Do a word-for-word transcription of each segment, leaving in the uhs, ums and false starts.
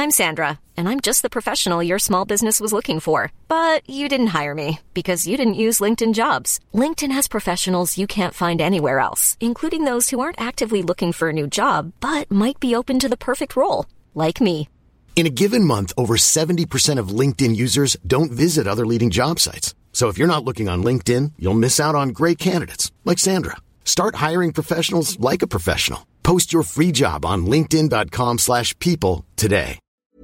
I'm Sandra, and I'm just the professional your small business was looking for. But you didn't hire me because you didn't use LinkedIn Jobs. LinkedIn has professionals you can't find anywhere else, including those who aren't actively looking for a new job, but might be open to the perfect role, like me. In a given month, over seventy percent of LinkedIn users don't visit other leading job sites. So if you're not looking on LinkedIn, you'll miss out on great candidates, like Sandra. Start hiring professionals like a professional. Post your free job on linkedin.com slash people today.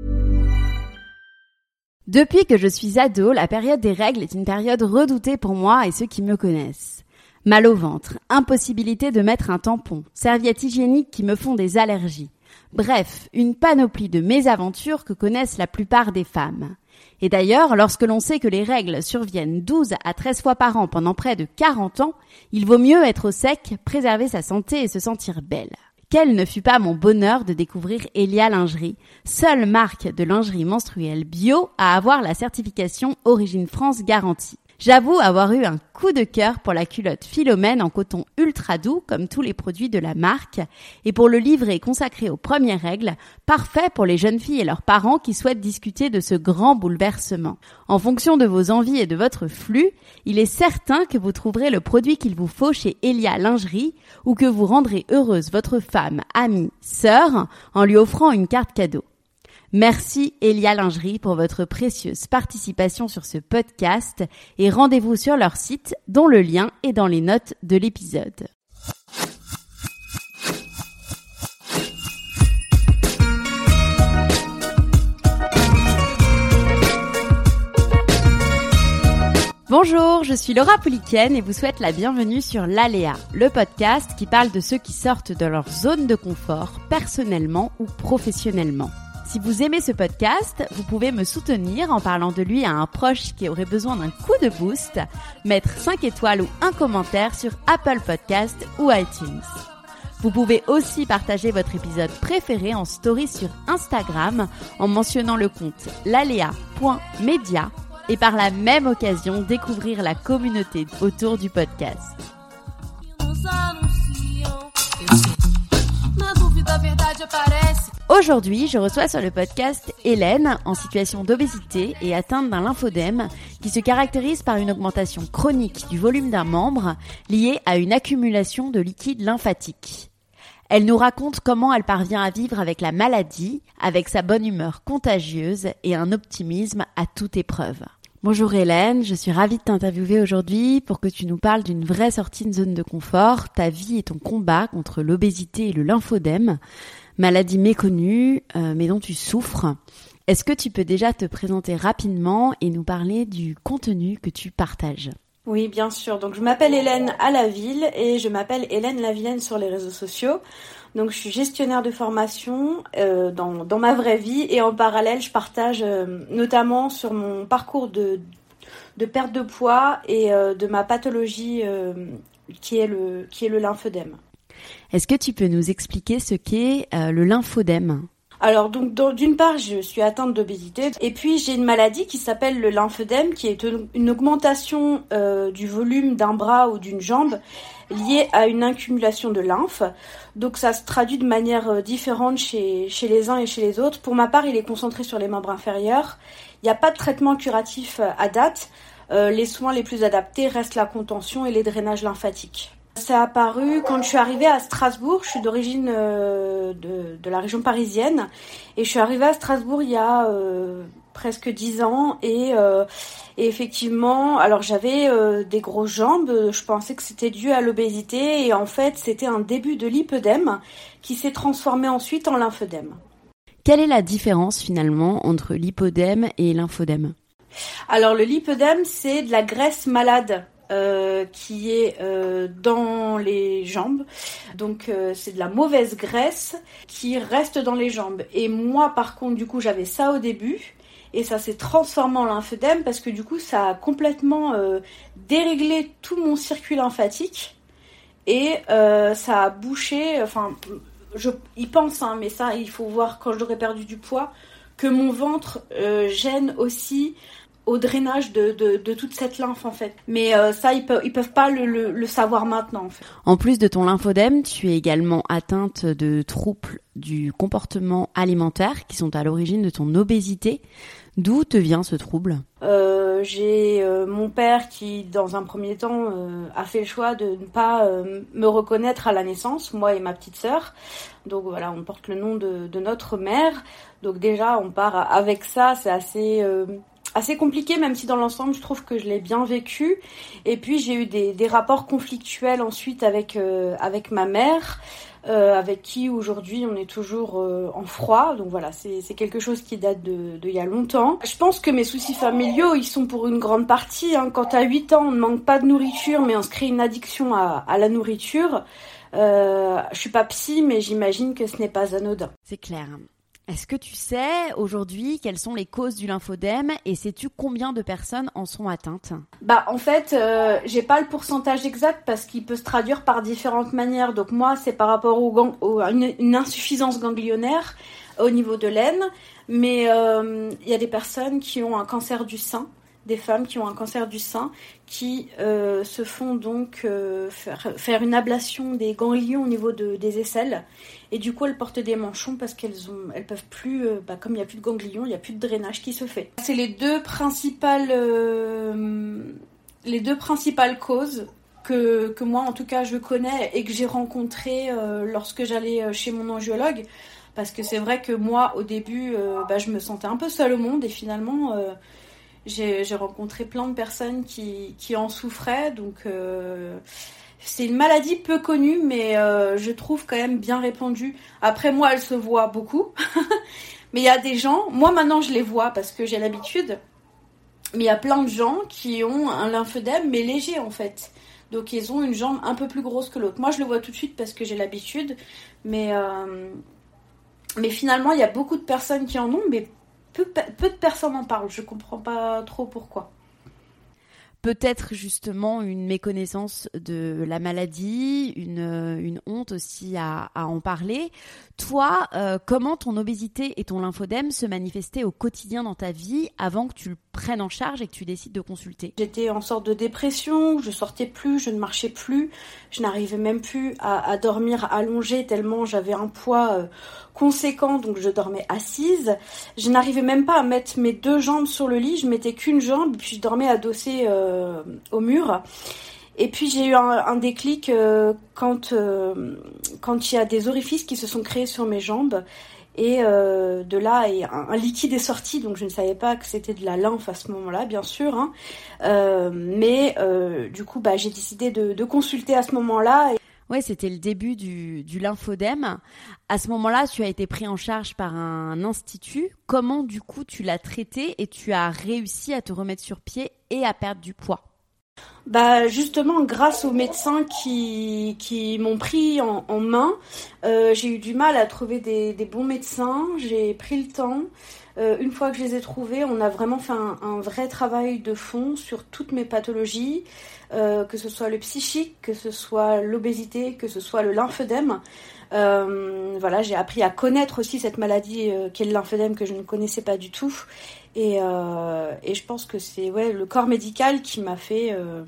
Depuis que je suis ado, la période des règles est une période redoutée pour moi et ceux qui me connaissent. Mal au ventre, impossibilité de mettre un tampon, serviettes hygiéniques qui me font des allergies. Bref, une panoplie de mésaventures que connaissent la plupart des femmes. Et d'ailleurs, lorsque l'on sait que les règles surviennent douze à treize fois par an pendant près de quarante ans, il vaut mieux être au sec, préserver sa santé et se sentir belle. Quel ne fut pas mon bonheur de découvrir Elia Lingerie, seule marque de lingerie menstruelle bio à avoir la certification Origine France garantie. J'avoue avoir eu un coup de cœur pour la culotte Philomène en coton ultra doux comme tous les produits de la marque et pour le livret consacré aux premières règles, parfait pour les jeunes filles et leurs parents qui souhaitent discuter de ce grand bouleversement. En fonction de vos envies et de votre flux, il est certain que vous trouverez le produit qu'il vous faut chez Elia Lingerie ou que vous rendrez heureuse votre femme, amie, sœur en lui offrant une carte cadeau. Merci Elia Lingerie pour votre précieuse participation sur ce podcast et rendez-vous sur leur site dont le lien est dans les notes de l'épisode. Bonjour, je suis Laura Pouliken et vous souhaite la bienvenue sur l'Aléa, le podcast qui parle de ceux qui sortent de leur zone de confort personnellement ou professionnellement. Si vous aimez ce podcast, vous pouvez me soutenir en parlant de lui à un proche qui aurait besoin d'un coup de boost, mettre cinq étoiles ou un commentaire sur Apple Podcast ou iTunes. Vous pouvez aussi partager votre épisode préféré en story sur Instagram en mentionnant le compte lalea point media et par la même occasion découvrir la communauté autour du podcast. Aujourd'hui, je reçois sur le podcast Hélène, en situation d'obésité et atteinte d'un lymphodème, qui se caractérise par une augmentation chronique du volume d'un membre liée à une accumulation de liquide lymphatique. Elle nous raconte comment elle parvient à vivre avec la maladie, avec sa bonne humeur contagieuse et un optimisme à toute épreuve. Bonjour Hélène, je suis ravie de t'interviewer aujourd'hui pour que tu nous parles d'une vraie sortie de zone de confort, ta vie et ton combat contre l'obésité et le lymphodème, maladie méconnue euh, mais dont tu souffres. Est-ce que tu peux déjà te présenter rapidement et nous parler du contenu que tu partages ? Oui, bien sûr. Donc je m'appelle Hélène à la ville et je m'appelle Hélène Lavilaine sur les réseaux sociaux. Donc je suis gestionnaire de formation euh, dans, dans ma vraie vie et en parallèle je partage euh, notamment sur mon parcours de, de perte de poids et euh, de ma pathologie euh, qui est le, qui est le lymphodème. Est-ce que tu peux nous expliquer ce qu'est euh, le lymphodème ? Alors donc dans, d'une part je suis atteinte d'obésité et puis j'ai une maladie qui s'appelle le lymphodème qui est une augmentation euh, du volume d'un bras ou d'une jambe liée à une accumulation de lymphe. Donc ça se traduit de manière euh, différente chez, chez les uns et chez les autres. Pour ma part il est concentré sur les membres inférieurs. Il n'y a pas de traitement curatif euh, à date. Euh, les soins les plus adaptés restent la contention et les drainages lymphatiques. C'est apparu quand je suis arrivée à Strasbourg. Je suis d'origine euh, de, de la région parisienne et je suis arrivée à Strasbourg il y a euh, presque dix ans et, euh, et effectivement, alors j'avais euh, des grosses jambes. Je pensais que c'était dû à l'obésité et en fait c'était un début de lipœdème qui s'est transformé ensuite en lymphodème. Quelle est la différence finalement entre lipodème et lymphodème ? Alors le lipœdème c'est de la graisse malade. Euh, qui est euh, dans les jambes. Donc euh, c'est de la mauvaise graisse qui reste dans les jambes. Et moi par contre du coup j'avais ça au début et ça s'est transformé en lymphodème parce que du coup ça a complètement euh, déréglé tout mon circuit lymphatique et euh, ça a bouché, enfin je y pense hein, mais ça il faut voir quand j'aurai perdu du poids que mon ventre euh, gêne aussi au drainage de, de, de toute cette lymphe en fait. Mais euh, ça, ils peuvent, ils peuvent pas le, le, le savoir maintenant en fait. En plus de ton lymphodème, tu es également atteinte de troubles du comportement alimentaire qui sont à l'origine de ton obésité. D'où te vient ce trouble ? euh, J'ai euh, mon père qui, dans un premier temps, euh, a fait le choix de ne pas euh, me reconnaître à la naissance, moi et ma petite sœur. Donc voilà, on porte le nom de, de notre mère. Donc déjà, on part avec ça, c'est assez... Euh, assez compliqué, même si dans l'ensemble je trouve que je l'ai bien vécu. Et puis j'ai eu des, des rapports conflictuels ensuite avec euh, avec ma mère, euh, avec qui aujourd'hui on est toujours euh, en froid. Donc voilà, c'est c'est quelque chose qui date de de il y a longtemps. Je pense que mes soucis familiaux, ils sont pour une grande partie. Hein. Quand à huit ans on ne manque pas de nourriture, mais on se crée une addiction à à la nourriture. Euh, je suis pas psy, mais j'imagine que ce n'est pas anodin. C'est clair. Est-ce que tu sais aujourd'hui quelles sont les causes du lymphodème et sais-tu combien de personnes en sont atteintes ? Bah en fait, euh, j'ai pas le pourcentage exact parce qu'il peut se traduire par différentes manières. Donc moi, c'est par rapport au gang- au, à une, une insuffisance ganglionnaire au niveau de l'aine. Mais il euh, y a des personnes qui ont un cancer du sein, des femmes qui ont un cancer du sein, qui euh, se font donc euh, faire, faire une ablation des ganglions au niveau de, des aisselles. Et du coup, elles portent des manchons parce qu'elles ont, elles peuvent plus, euh, bah, comme il n'y a plus de ganglions, il n'y a plus de drainage qui se fait. C'est les deux principales, euh, les deux principales causes que, que moi, en tout cas, je connais et que j'ai rencontrées euh, lorsque j'allais chez mon angiologue. Parce que c'est vrai que moi, au début, euh, bah, je me sentais un peu seule au monde et finalement, euh, j'ai, j'ai rencontré plein de personnes qui, qui en souffraient. Donc... Euh, c'est une maladie peu connue, mais euh, je trouve quand même bien répandue. Après, moi, elle se voit beaucoup. Mais il y a des gens... Moi, maintenant, je les vois parce que j'ai l'habitude. Mais il y a plein de gens qui ont un lymphodème, mais léger, en fait. Donc, ils ont une jambe un peu plus grosse que l'autre. Moi, je le vois tout de suite parce que j'ai l'habitude. Mais, euh... mais finalement, il y a beaucoup de personnes qui en ont, mais peu, peu de personnes en parlent. Je comprends pas trop pourquoi. Peut-être justement une méconnaissance de la maladie, une, une honte aussi à, à en parler. Toi, euh, comment ton obésité et ton lymphodème se manifestaient au quotidien dans ta vie avant que tu le prennes en charge et que tu décides de consulter ? J'étais en sorte de dépression, je sortais plus, je ne marchais plus, je n'arrivais même plus à, à dormir allongée tellement j'avais un poids euh, conséquent, donc je dormais assise. Je n'arrivais même pas à mettre mes deux jambes sur le lit, je mettais qu'une jambe, puis je dormais adossée euh, au mur. Et puis j'ai eu un, un déclic euh, quand euh, quand il y a des orifices qui se sont créés sur mes jambes. Et euh, de là, et un, un liquide est sorti, donc je ne savais pas que c'était de la lymphe à ce moment-là, bien sûr. Hein. Euh, mais euh, du coup, bah, j'ai décidé de, de consulter à ce moment-là. Et... Oui, c'était le début du, du lymphodème. À ce moment-là, tu as été pris en charge par un institut. Comment, du coup, tu l'as traité et tu as réussi à te remettre sur pied et à perdre du poids ? Bah justement, grâce aux médecins qui qui m'ont pris en, en main, euh, j'ai eu du mal à trouver des, des bons médecins. J'ai pris le temps. Euh, une fois que je les ai trouvés, on a vraiment fait un, un vrai travail de fond sur toutes mes pathologies, euh, que ce soit le psychique, que ce soit l'obésité, que ce soit le lymphodème. Euh, voilà, j'ai appris à connaître aussi cette maladie euh, qu'est le lymphodème que je ne connaissais pas du tout. Et, euh, et je pense que c'est ouais, le corps médical qui m'a fait, euh,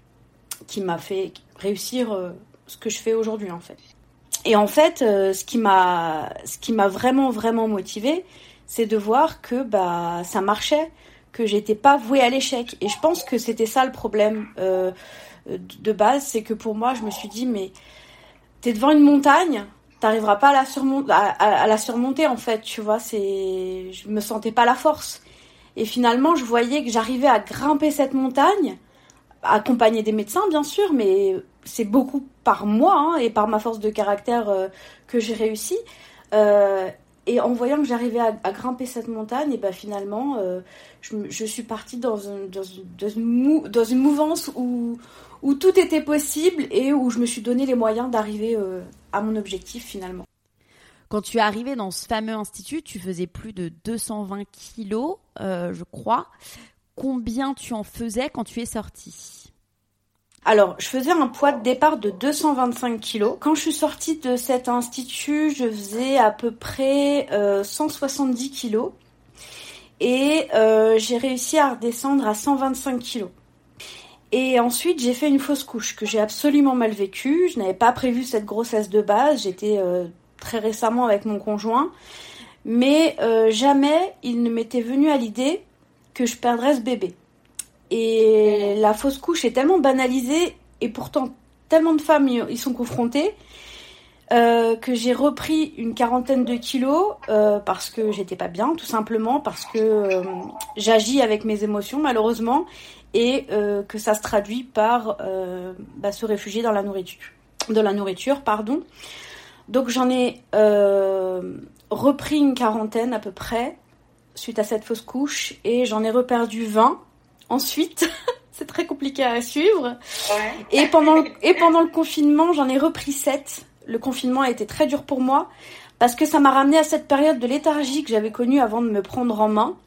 qui m'a fait réussir euh, ce que je fais aujourd'hui, en fait. Et en fait, euh, ce qui m'a, ce qui m'a vraiment, vraiment motivée, c'est de voir que bah, ça marchait, que j'étais pas vouée à l'échec. Et je pense que c'était ça le problème euh, de base, c'est que pour moi, je me suis dit, mais t'es devant une montagne, t'arriveras pas à la, surmon- à, à, à la surmonter, en fait, tu vois, c'est... je me sentais pas la force. Et finalement, je voyais que j'arrivais à grimper cette montagne, accompagnée des médecins, bien sûr, mais c'est beaucoup par moi hein, et par ma force de caractère euh, que j'ai réussi. Euh, et en voyant que j'arrivais à, à grimper cette montagne, et ben finalement, euh, je, je suis partie dans une, dans une, dans une, mou, dans une mouvance où, où tout était possible et où je me suis donné les moyens d'arriver euh, à mon objectif finalement. Quand tu es arrivée dans ce fameux institut, tu faisais plus de deux cent vingt kilos, euh, je crois. Combien tu en faisais quand tu es sortie ? Alors, je faisais un poids de départ de deux cent vingt-cinq kilos. Quand je suis sortie de cet institut, je faisais à peu près euh, cent soixante-dix kilos. et euh, j'ai réussi à redescendre à cent vingt-cinq kilos. Et ensuite, j'ai fait une fausse couche que j'ai absolument mal vécue. Je n'avais pas prévu cette grossesse de base. J'étais euh, très récemment avec mon conjoint. Mais euh, jamais il ne m'était venu à l'idée que je perdrais ce bébé. Et la fausse couche est tellement banalisée, et pourtant tellement de femmes y sont confrontées, euh, que j'ai repris une quarantaine de kilos euh, parce que j'étais pas bien, tout simplement parce que euh, j'agis avec mes émotions malheureusement, et euh, que ça se traduit par euh, bah, se réfugier dans la nourriture, de la nourriture, pardon. Donc j'en ai euh, repris une quarantaine à peu près suite à cette fausse couche, et j'en ai reperdu vingt ensuite. C'est très compliqué à suivre. Ouais. Et pendant le, et pendant le confinement, j'en ai repris sept. Le confinement a été très dur pour moi parce que ça m'a ramené à cette période de léthargie que j'avais connue avant de me prendre en main.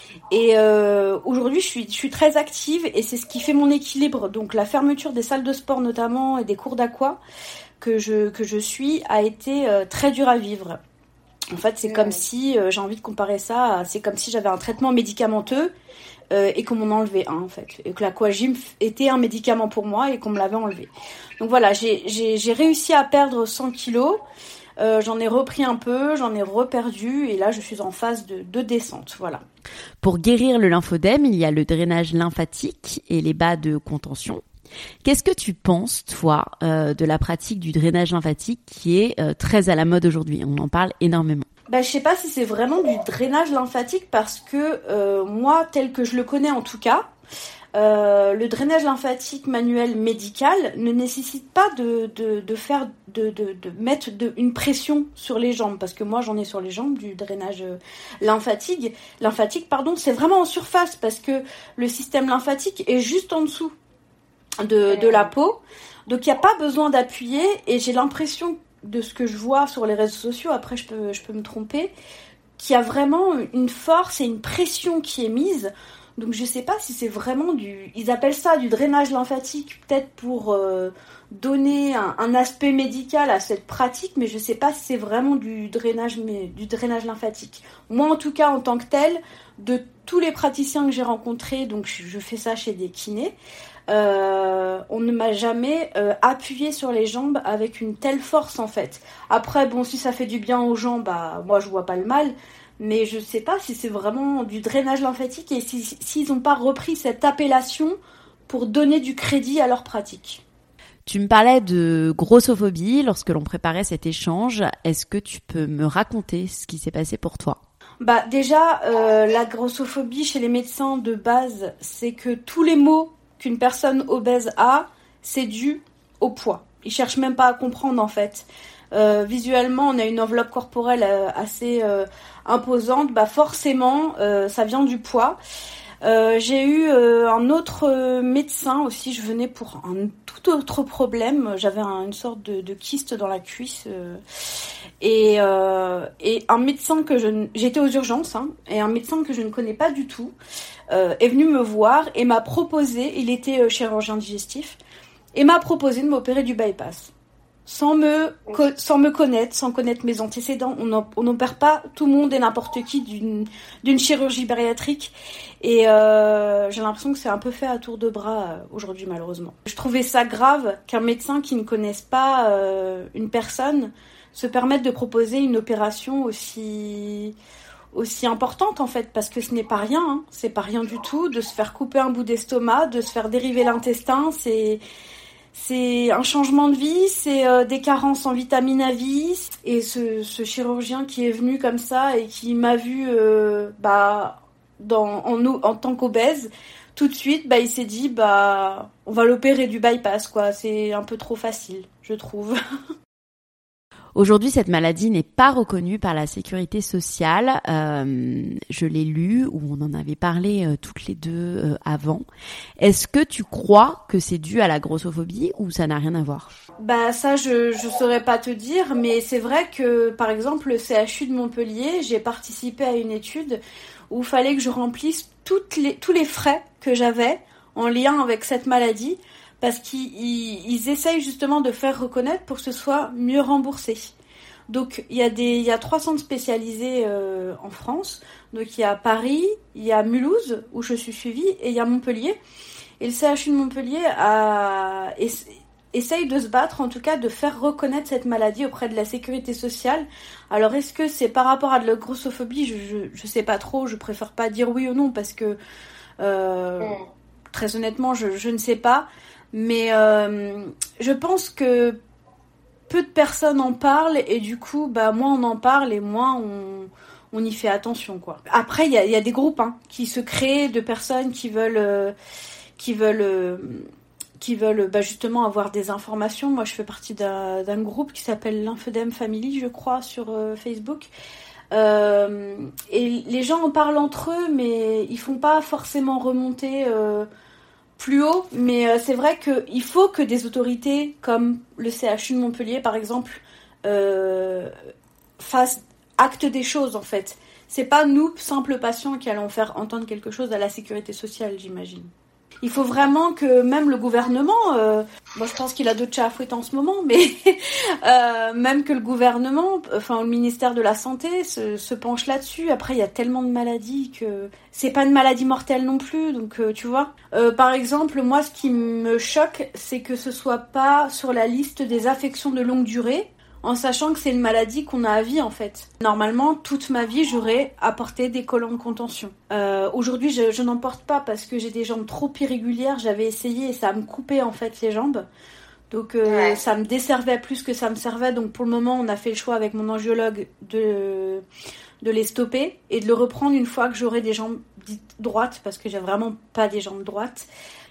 Et euh, aujourd'hui, je suis, je suis très active, et c'est ce qui fait mon équilibre. Donc la fermeture des salles de sport notamment et des cours d'aqua que je, que je suis a été euh, très dur à vivre. En fait, c'est mmh. comme si, euh, j'ai envie de comparer ça, à, c'est comme si j'avais un traitement médicamenteux euh, et qu'on m'en enlevait un, en fait. Et que l'aquagym était un médicament pour moi et qu'on me l'avait enlevé. Donc voilà, j'ai, j'ai, j'ai réussi à perdre cent kilos. Euh, j'en ai repris un peu, j'en ai reperdu, et là je suis en phase de, de descente, voilà. Pour guérir le lymphodème, il y a le drainage lymphatique et les bas de contention. Qu'est-ce que tu penses, toi, euh, de la pratique du drainage lymphatique qui est euh, très à la mode aujourd'hui? On en parle énormément. Bah, je sais pas si c'est vraiment du drainage lymphatique, parce que euh, moi, tel que je le connais en tout cas, Euh, le drainage lymphatique manuel médical ne nécessite pas de, de, de faire de, de, de mettre de, une pression sur les jambes, parce que moi j'en ai sur les jambes du drainage lymphatique lymphatique pardon c'est vraiment en surface, parce que le système lymphatique est juste en dessous de, de la peau, donc il n'y a pas besoin d'appuyer. Et j'ai l'impression, de ce que je vois sur les réseaux sociaux, après je peux, je peux me tromper, qu'il y a vraiment une force et une pression qui est mise. Donc je sais pas si c'est vraiment du... Ils appellent ça du drainage lymphatique, peut-être pour euh, donner un, un aspect médical à cette pratique, mais je sais pas si c'est vraiment du drainage, mais, du drainage lymphatique. Moi en tout cas, en tant que tel, de tous les praticiens que j'ai rencontrés, donc je, je fais ça chez des kinés, euh, on ne m'a jamais euh, appuyé sur les jambes avec une telle force en fait. Après bon, si ça fait du bien aux jambes, bah moi je vois pas le mal. Mais je ne sais pas si c'est vraiment du drainage lymphatique, et si, s'ils n'ont pas repris cette appellation pour donner du crédit à leur pratique. Tu me parlais de grossophobie lorsque l'on préparait cet échange. Est-ce que tu peux me raconter ce qui s'est passé pour toi ? Bah déjà, euh, la grossophobie chez les médecins de base, c'est que tous les maux qu'une personne obèse a, c'est dû au poids. Ils cherchent même pas à comprendre en fait. Euh, visuellement, on a une enveloppe corporelle euh, assez euh, imposante, bah forcément, euh, ça vient du poids. Euh, j'ai eu euh, un autre euh, médecin aussi, je venais pour un tout autre problème. J'avais un, une sorte de, de kyste dans la cuisse, euh, et, euh, et un médecin que je... J'étais aux urgences, hein, et un médecin que je ne connais pas du tout euh, est venu me voir et m'a proposé, il était euh, chirurgien digestif, et m'a proposé de m'opérer du bypass. Sans me, co- sans me connaître, sans connaître mes antécédents. On n'opère pas tout le monde et n'importe qui d'une, d'une chirurgie bariatrique. Et euh, j'ai l'impression que c'est un peu fait à tour de bras euh, aujourd'hui, malheureusement. Je trouvais ça grave qu'un médecin qui ne connaisse pas euh, une personne se permette de proposer une opération aussi, aussi importante, en fait, parce que ce n'est pas rien. Hein. C'est pas rien du tout de se faire couper un bout d'estomac, de se faire dériver l'intestin. C'est... C'est un changement de vie, c'est euh, des carences en vitamines à vie. Et ce, ce chirurgien qui est venu comme ça et qui m'a vu euh, bah, dans, en, en tant qu'obèse, tout de suite, bah, il s'est dit bah, on va l'opérer du bypass, quoi. C'est un peu trop facile, je trouve. Aujourd'hui, cette maladie n'est pas reconnue par la sécurité sociale. Euh, je l'ai lu, ou on en avait parlé euh, toutes les deux euh, avant. Est-ce que tu crois que c'est dû à la grossophobie ou ça n'a rien à voir ? Bah ça, je je saurais pas te dire, mais c'est vrai que, par exemple, le C H U de Montpellier, j'ai participé à une étude où il fallait que je remplisse toutes les, tous les frais que j'avais en lien avec cette maladie, parce qu'ils ils, ils essayent justement de faire reconnaître pour que ce soit mieux remboursé. Donc il y a des, il y a trois centres spécialisés euh, en France. Donc il y a Paris, il y a Mulhouse où je suis suivie et il y a Montpellier. Et le C H U de Montpellier a, ess- essaye de se battre, en tout cas de faire reconnaître cette maladie auprès de la sécurité sociale. Alors est-ce que c'est par rapport à de la grossophobie ? Je, je, je sais pas trop, je préfère pas dire oui ou non parce que euh, mmh. très honnêtement je, je ne sais pas. Mais euh, je pense que peu de personnes en parlent et du coup, bah, moins on en parle et moins on, on y fait attention, quoi. Après, il y a, y a des groupes hein, qui se créent de personnes qui veulent, euh, qui veulent, euh, qui veulent bah, justement avoir des informations. Moi, je fais partie d'un, d'un groupe qui s'appelle l'Infodème Family, je crois, sur euh, Facebook. Euh, et les gens en parlent entre eux, mais ils font pas forcément remonter... Euh, plus haut, mais euh, c'est vrai qu'il faut que des autorités comme le C H U de Montpellier, par exemple, euh, fassent acte des choses, en fait. C'est pas nous, simples patients, qui allons faire entendre quelque chose à la sécurité sociale, j'imagine. Il faut vraiment que même le gouvernement, euh, moi je pense qu'il a d'autres chats à fouetter en ce moment, mais euh, même que le gouvernement, enfin le ministère de la Santé se, se penche là-dessus. Après il y a tellement de maladies que c'est pas une maladie mortelle non plus, donc euh, tu vois. Euh, par exemple, moi ce qui me choque, c'est que ce soit pas sur la liste des affections de longue durée, en sachant que c'est une maladie qu'on a à vie en fait. Normalement, toute ma vie, j'aurais apporté des collants de contention. Euh, aujourd'hui, je, je n'en porte pas parce que j'ai des jambes trop irrégulières. J'avais essayé et ça me coupait en fait les jambes. Donc euh, ouais. Ça me desservait plus que ça me servait. Donc pour le moment, on a fait le choix avec mon angiologue de, de les stopper et de le reprendre une fois que j'aurai des jambes dites droites parce que j'ai vraiment pas des jambes droites.